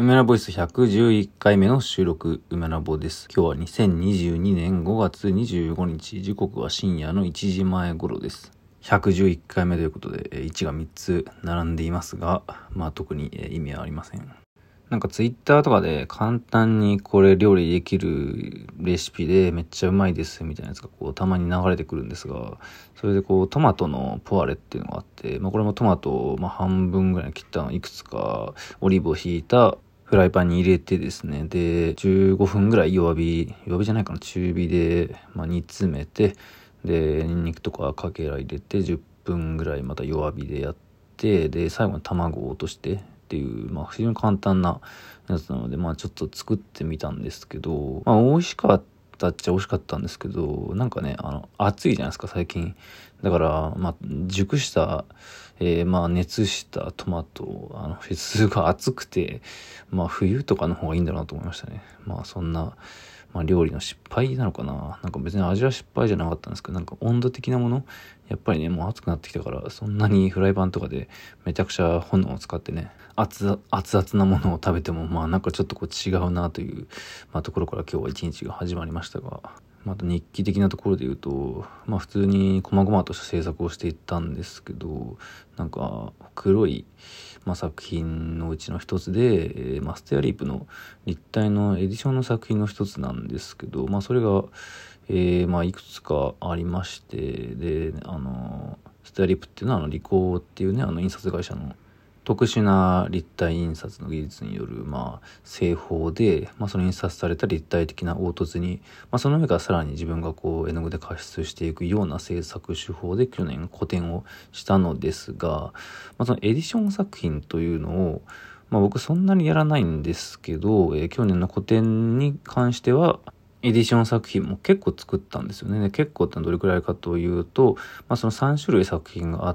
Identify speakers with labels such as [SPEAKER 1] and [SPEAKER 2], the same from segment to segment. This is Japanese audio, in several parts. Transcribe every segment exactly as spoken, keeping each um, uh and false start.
[SPEAKER 1] 梅ラボイスひゃくじゅういっかいめの収録、梅ラボです。今日はにせんにじゅうにねんごがつにじゅうごにち、時刻は深夜のいちじまえ頃です。ひゃくじゅういっかいめということで、いちがみっつ並んでいますが、まあ特に意味はありません。なんかツイッターとかで簡単にこれ料理できるレシピでめっちゃうまいですみたいなやつがこうたまに流れてくるんですが、それでこうトマトのポワレっていうのがあって、まあこれもトマトをまあ半分ぐらい切ったのいくつかオリーブをひいたフライパンに入れてですね、でじゅうごふんぐらい弱火弱火じゃないかな中火でまあ煮詰めて、でニンニクとかかけら入れてじゅっぷんぐらいまた弱火でやって、で最後に卵を落としてっていう、まあ非常に簡単なやつなので、まあちょっと作ってみたんですけど、まあ美味しかったっちゃ美味しかったんですけど、なんかね、あの、暑いじゃないですか、最近。だから、まあ、熟した、えー、まあ熱したトマト、あの、フェスが暑くて、まあ冬とかの方がいいんだなと思いましたね。まあそんな、まあ料理の失敗なのかな。なんか別に味は失敗じゃなかったんですけど、なんか温度的なもの、やっぱりね、もう暑くなってきたから、そんなにフライパンとかでめちゃくちゃ炎を使ってね、熱熱々なものを食べても、まあなんかちょっとこう違うなという、まあところから今日は一日が始まりましたが、また日記的なところで言うと、まあ普通に細々とした制作をしていったんですけど、なんか黒い、まあ、作品のうちの一つで、えー、マステアリープの立体のエディションの作品の一つなんですけど、まあそれが、えー、まあいくつかありまして、で、あの、ステアリップっていうのはあのリコーっていうね、あの印刷会社の特殊な立体印刷の技術による、まあ、製法で、まあ、その印刷された立体的な凹凸に、まあ、その上からさらに自分がこう、絵の具で加筆していくような制作手法で去年個展をしたのですが、まあ、そのエディション作品というのを、まあ、僕そんなにやらないんですけど、えー、去年の個展に関しては、エディション作品も結構作ったんですよね。で結構ってのはどれくらいかというと、まあそのさんしゅるい作品があって、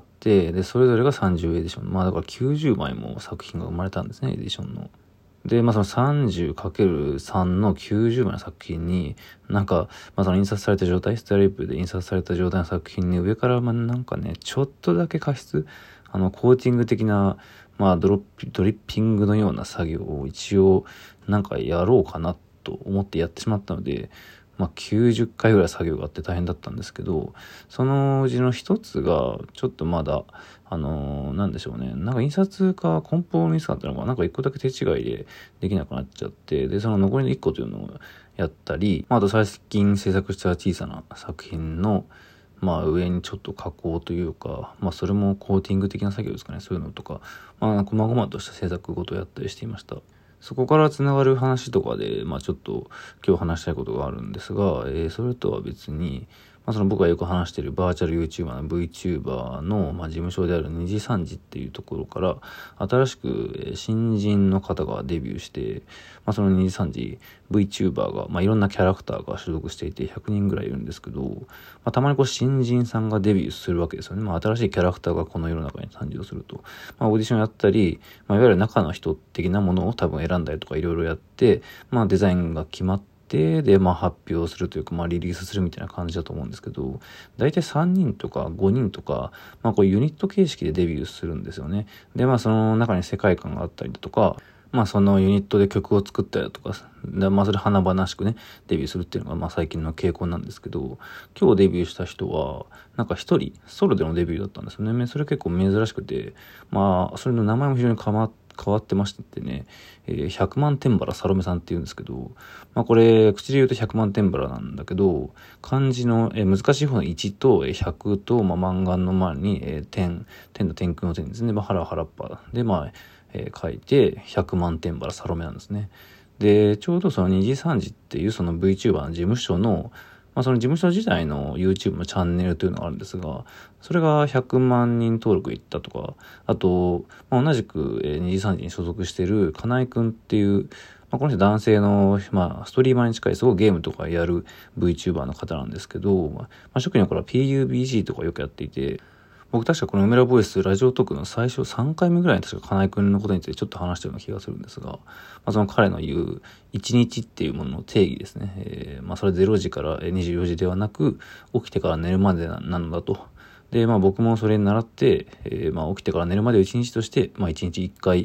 [SPEAKER 1] で、それぞれがさんじゅうエディション。まあだからきゅうじゅうまいも作品が生まれたんですね、エディションの。で、まあその さんじゅうかけるさん のきゅうじゅうまいの作品に、なんか、まあその印刷された状態、ステアリップで印刷された状態の作品に上からまあなんかね、ちょっとだけ加筆、あの、コーティング的な、まあドロッピ、ドリッピングのような作業を一応なんかやろうかなと思ってやってしまったので、まあ、きゅうじゅっかいぐらい作業があって大変だったんですけど、そのうちの一つが、ちょっとまだ、あのー、なんでしょうね。なんか印刷か梱包ミスだったのか、なんか一個だけ手違いでできなくなっちゃって、で、その残りの一個というのをやったり、まあ、あと最近制作した小さな作品の、まあ上にちょっと加工というか、まあそれもコーティング的な作業ですかね。そういうのとか、まあ細々とした制作ごとやったりしていました。そこからつながる話とかで、まあちょっと今日話したいことがあるんですが、えー、それとは別に、まあその僕がよく話しているバーチャル YouTuber の VTuber の、まあ、事務所であるにじさんじっていうところから、新しく、えー、新人の方がデビューして、まあそのにじさんじ VTuber が、まあいろんなキャラクターが所属していてひゃくにんぐらいいるんですけど、まあたまにこう新人さんがデビューするわけですよね。まあ新しいキャラクターがこの世の中に誕生すると。まあオーディションやったり、まあいわゆる中の人的なものを多分選んだりとかいろいろやって、まあデザインが決まって、で、まあ発表するというか、まあリリースするみたいな感じだと思うんですけど、だいたいさんにんとかごにんとか、まあこうユニット形式でデビューするんですよね。で、まあその中に世界観があったりだとか、まあそのユニットで曲を作ったりだとか、でまあそれ華々しくね、デビューするっていうのがまあ最近の傾向なんですけど、今日デビューした人は、なんか一人ソロでのデビューだったんですよね。それ結構珍しくて、まあそれの名前も非常に変わって、変わってましてね、えー、ひゃくまん天原サロメさんって言うんですけど、まあこれ、口で言うとひゃくまん天原なんだけど、漢字の、えー、難しい方のいちと、えー、ひゃくと、まあ漫画の前に、えー、天、天の天空の天ですね。まあ原原っぱで、まあ、えー、書いて、ひゃくまん天原サロメなんですね。で、ちょうどそのにじさんじっていうその VTuber の事務所の、まあ、その事務所自体の YouTube のチャンネルというのがあるんですが、それがひゃくまんにん登録いったとか、あと、まあ、同じく、えー、にじさんじに所属している金井くんっていう、まあ、この人男性の、まあ、ストリーマーに近いすごいゲームとかやる VTuber の方なんですけど、まあ、初期の頃は ピーユービージー とかよくやっていて、僕確かこの梅田ボイスラジオトークの最初さんかいめぐらいに確か金井くんのことについてちょっと話したような気がするんですが、まあ、その彼の言ういちにちっていうものの定義ですね。えー、まあそれれれいじからにじゅうよじではなく起きてから寝るまでなのだと。で、まあ僕もそれに習って、えー、まあ起きてから寝るまでをいちにちとして、まあいちにちいっかい、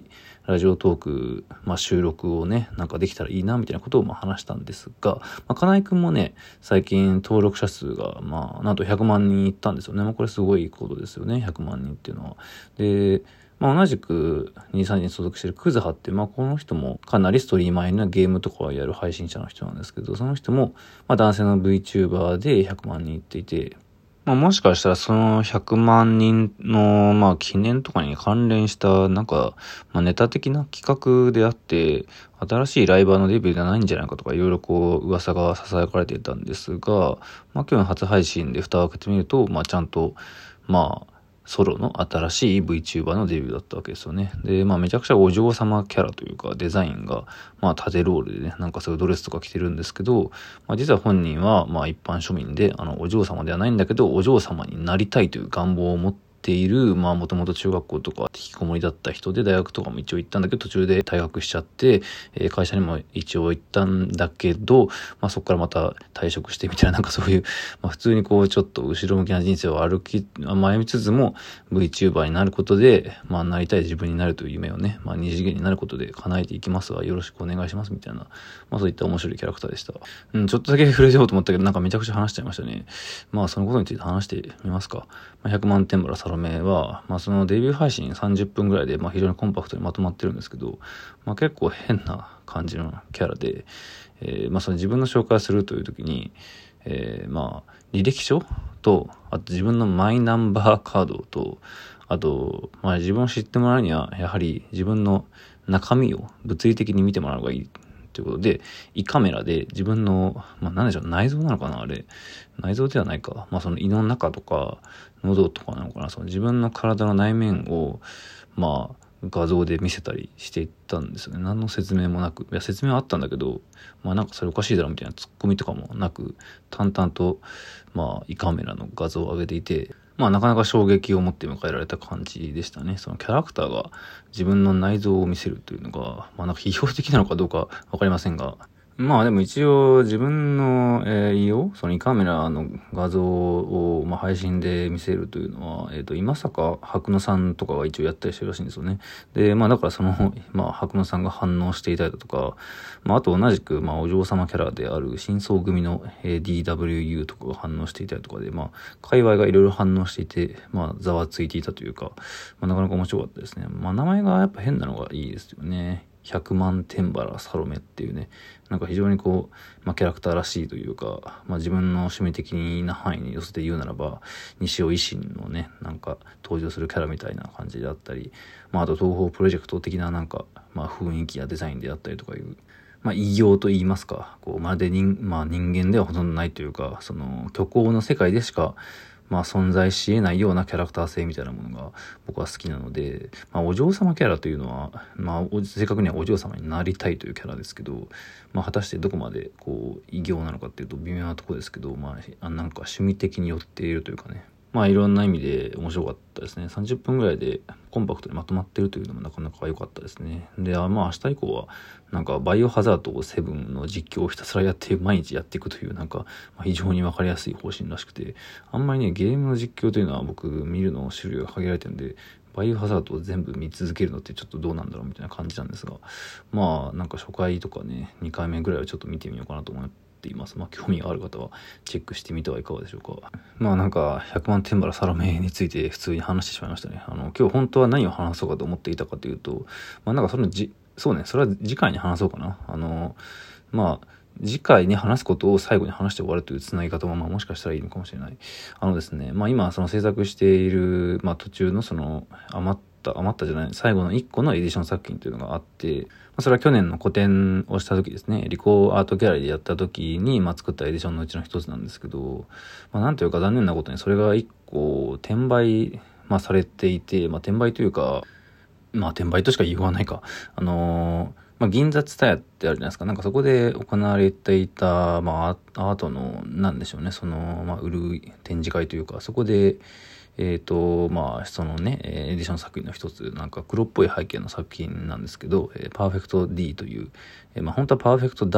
[SPEAKER 1] ラジオトーク、まあ、収録をね、なんかできたらいいな、みたいなことをまあ話したんですが、まあ、金井くんもね、最近登録者数が、まあ、なんとひゃくまんにんいったんですよね。まあ、これすごいことですよね、ひゃくまんにんっていうのは。で、まあ、同じくにさんにん所属してるクズハって、まあ、この人もかなりストリーマーなゲームとかをやる配信者の人なんですけど、その人も、まあ、男性の VTuber でひゃくまんにんいっていて、まあ、もしかしたらそのひゃくまんにんの、まあ、記念とかに関連した、なんか、まあ、ネタ的な企画であって、新しいライバーのデビューじゃないんじゃないかとか、いろいろこう、噂が囁かれていたんですが、まあ、今日の初配信で蓋を開けてみると、まあ、ちゃんと、まあ、ソロの新しい VTuber のデビューだったわけですよね。で、まあめちゃくちゃお嬢様キャラというかデザインが、まあ縦ロールでね、なんかそういうドレスとか着てるんですけど、まあ実は本人はまあ一般庶民で、あのお嬢様ではないんだけど、お嬢様になりたいという願望を持ってている、まあもともと中学校とか引きこもりだった人で大学とかも一応行ったんだけど途中で退学しちゃって、えー、会社にも一応行ったんだけど、まあそこからまた退職してみたいななんかそういう、まあ普通にこうちょっと後ろ向きな人生を歩き、まあ、歩みつつも VTuber になることで、まあなりたい自分になるという夢をね、まあ二次元になることで叶えていきますがよろしくお願いしますみたいな、まあそういった面白いキャラクターでした。うん、ちょっとだけ触れてようと思ったけどなんかめちゃくちゃ話しちゃいましたね。まあそのことについて話してみますか。まあ、ひゃくまんテンブラサロメは、まあ、そのデビュー配信さんじゅっぷんぐらいで、まあ、非常にコンパクトにまとまってるんですけど、まあ、結構変な感じのキャラで、えー、まあ、その自分の紹介するという時に、えー、まあ、履歴書と、あと自分のマイナンバーカードと、あと、まあ、自分を知ってもらうには、やはり自分の中身を物理的に見てもらうのがいい。ということで、胃カメラで自分の、まあ、なんでしょう、内臓なのかなあれ。内臓ではないか。まあ、その胃の中とか、喉とかなのかな。その自分の体の内面を、まあ、画像で見せたりしていったんですよね。何の説明もなく。いや、説明はあったんだけど、まあなんかそれおかしいだろみたいなツッコミとかもなく、淡々と、まあ、胃カメラの画像を上げていて、まあなかなか衝撃を持って迎えられた感じでしたね。そのキャラクターが自分の内臓を見せるというのが、まあなんか批評的なのかどうかわかりませんが、まあでも一応自分の、えー、胃を、その胃カメラの画像を、まあ、配信で見せるというのは、えっと、今坂白野さんとかが一応やったりしてるらしいんですよね。で、まあだからその、まあ白野さんが反応していたりだとか、まああと同じく、まあお嬢様キャラである新装組の、えー、ディーダブリューユー とかが反応していたりとかで、まあ界隈がいろいろ反応していて、まあざわついていたというか、まあなかなか面白かったですね。まあ名前がやっぱ変なのがいいですよね。ひゃくまんテンバラサロメっていうね、なんか非常にこう、まあ、キャラクターらしいというか、まあ、自分の趣味的な範囲に寄せて言うならば、西尾維新のね、なんか登場するキャラみたいな感じであったり、まあ、あと東方プロジェクト的ななんか、まあ、雰囲気やデザインであったりとかいう、まあ、異形と言いますか、こう、まるで人、まあ、人間ではほとんどないというか、その、虚構の世界でしか、まあ存在し得ないようなキャラクター性みたいなものが僕は好きなので、まあお嬢様キャラというのは、まあ正確にはお嬢様になりたいというキャラですけど、まあ果たしてどこまでこう異形なのかっていうと微妙なところですけど、まあなんか趣味的に寄っているというかね、まあいろんな意味で面白かったですね。さんじゅっぷんぐらいでコンパクトにまとまってるというのもなかなか良かったですね。で、あまあ明日以降はなんかバイオハザードセブンの実況をひたすらやって毎日やっていくというなんか非常にわかりやすい方針らしくて、あんまりねゲームの実況というのは僕見るの種類が限られてるんで、バイオハザードを全部見続けるのってちょっとどうなんだろうみたいな感じなんですが、まあなんか初回とかねにかいめぐらいはちょっと見てみようかなと思ってています。まあ興味がある方はチェックしてみてはいかがでしょうか。まあなんかひゃくまんテンバラサロメについて普通に話してしまいましたね。あの今日本当は何を話そうかと思っていたかというと、まあなんかそのじそうねそれは次回に話そうかな。あのまあ次回に話すことを最後に話して終わるというつなぎ方もまあもしかしたらいいのかもしれない。あのですね、まあ今その制作しているまあ途中のその余った余ったじゃない最後のいっこのエディション作品というのがあって、それは去年の個展をした時ですね、リコーアートギャラリーでやった時に、まあ、作ったエディションのうちの一つなんですけど、まあ、なんというか残念なことにそれが一個転売、まあ、されていて、まあ、転売というか、まあ、転売としか言いようがないか。あのー、まあ、銀座ツタヤってあるじゃないですか。なんかそこで行われていた、まあ、アートの、なんでしょうね、その、まあ、売る展示会というか、そこで、えっと、まあ、そのね、エディション作品の一つ、なんか黒っぽい背景の作品なんですけど、パーフェクト D という、まあ、本当はパーフェクトダークっ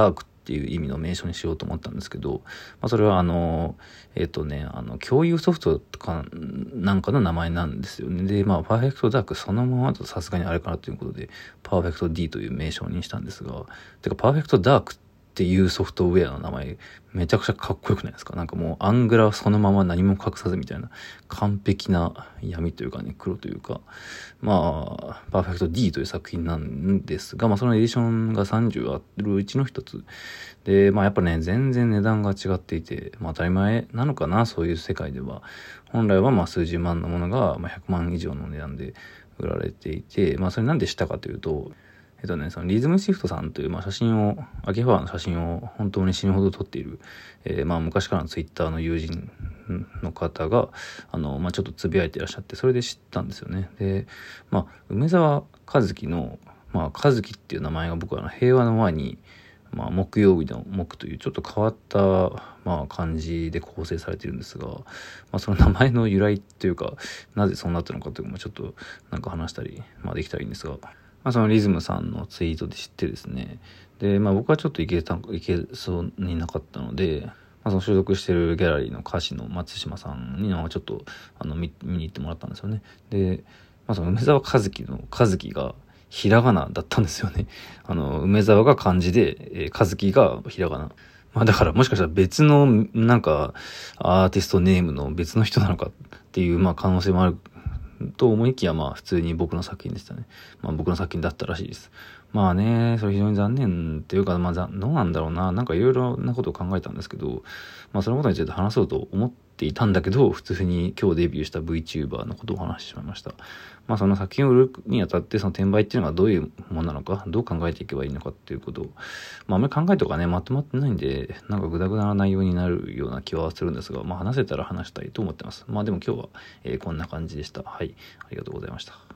[SPEAKER 1] っていう意味の名称にしようと思ったんですけど、まあ、それはあの、えっとね、あの、共有ソフトとかなんかの名前なんですよね。で、まあ、パーフェクトダークそのままだとさすがにあれかなということで、パーフェクト D という名称にしたんですが、てか、パーフェクトダークっていうソフトウェアの名前めちゃくちゃかっこよくないですか？なんかもうアングラそのまま何も隠さずみたいな完璧な闇というかね、黒というか、まあパーフェクト D という作品なんですが、まあそのエディションがさんじゅうあるうちの一つで、まあやっぱね全然値段が違っていて、まあ当たり前なのかな、そういう世界では。本来はまあ数十万のものがまあひゃくまん以上の値段で売られていて、まあそれなんでしたかというと、えっとね、そのリズムシフトさんという、まあ、写真を、アキファーの写真を本当に死ぬほど撮っている、えー、まあ昔からのツイッターの友人の方が、あの、まあちょっとつぶやいていらっしゃって、それで知ったんですよね。で、まあ梅沢和樹の、まあ和樹っていう名前が僕はあの平和の前に、まあ木曜日の木というちょっと変わった、まあ漢字で構成されているんですが、まあその名前の由来というか、なぜそうなったのかというのもちょっとなんか話したり、まあできたらいいんですが、まあ、そのリズムさんのツイートで知ってですね。で、まあ僕はちょっといけた、いけそうになかったので、まあその所属してるギャラリーの歌手の松島さんにちょっと、あの、見、見に行ってもらったんですよね。で、まあその梅沢和樹の和樹がひらがなだったんですよね。あの、梅沢が漢字で、えー、和樹がひらがな。まあだからもしかしたら別のなんかアーティストネームの別の人なのかっていうまあ可能性もあると思いきや、まあ普通に僕の作品でしたね。まあ僕の作品だったらしいです。まあね、それ非常に残念っていうか、まあどうなんだろうな。なんかいろいろなことを考えたんですけど、まあそのことについて話そうと思っていたんだけど、普通に今日デビューした VTuber のことを話してしまいました。まあその作品を売るにあたってその転売っていうのがどういうものなのか、どう考えていけばいいのかっていうことを、まああんまり考えとかね、まとまってないんで、なんかグダグダな内容になるような気はするんですが、まあ話せたら話したいと思ってます。まあでも今日は、えー、こんな感じでした。はい。ありがとうございました。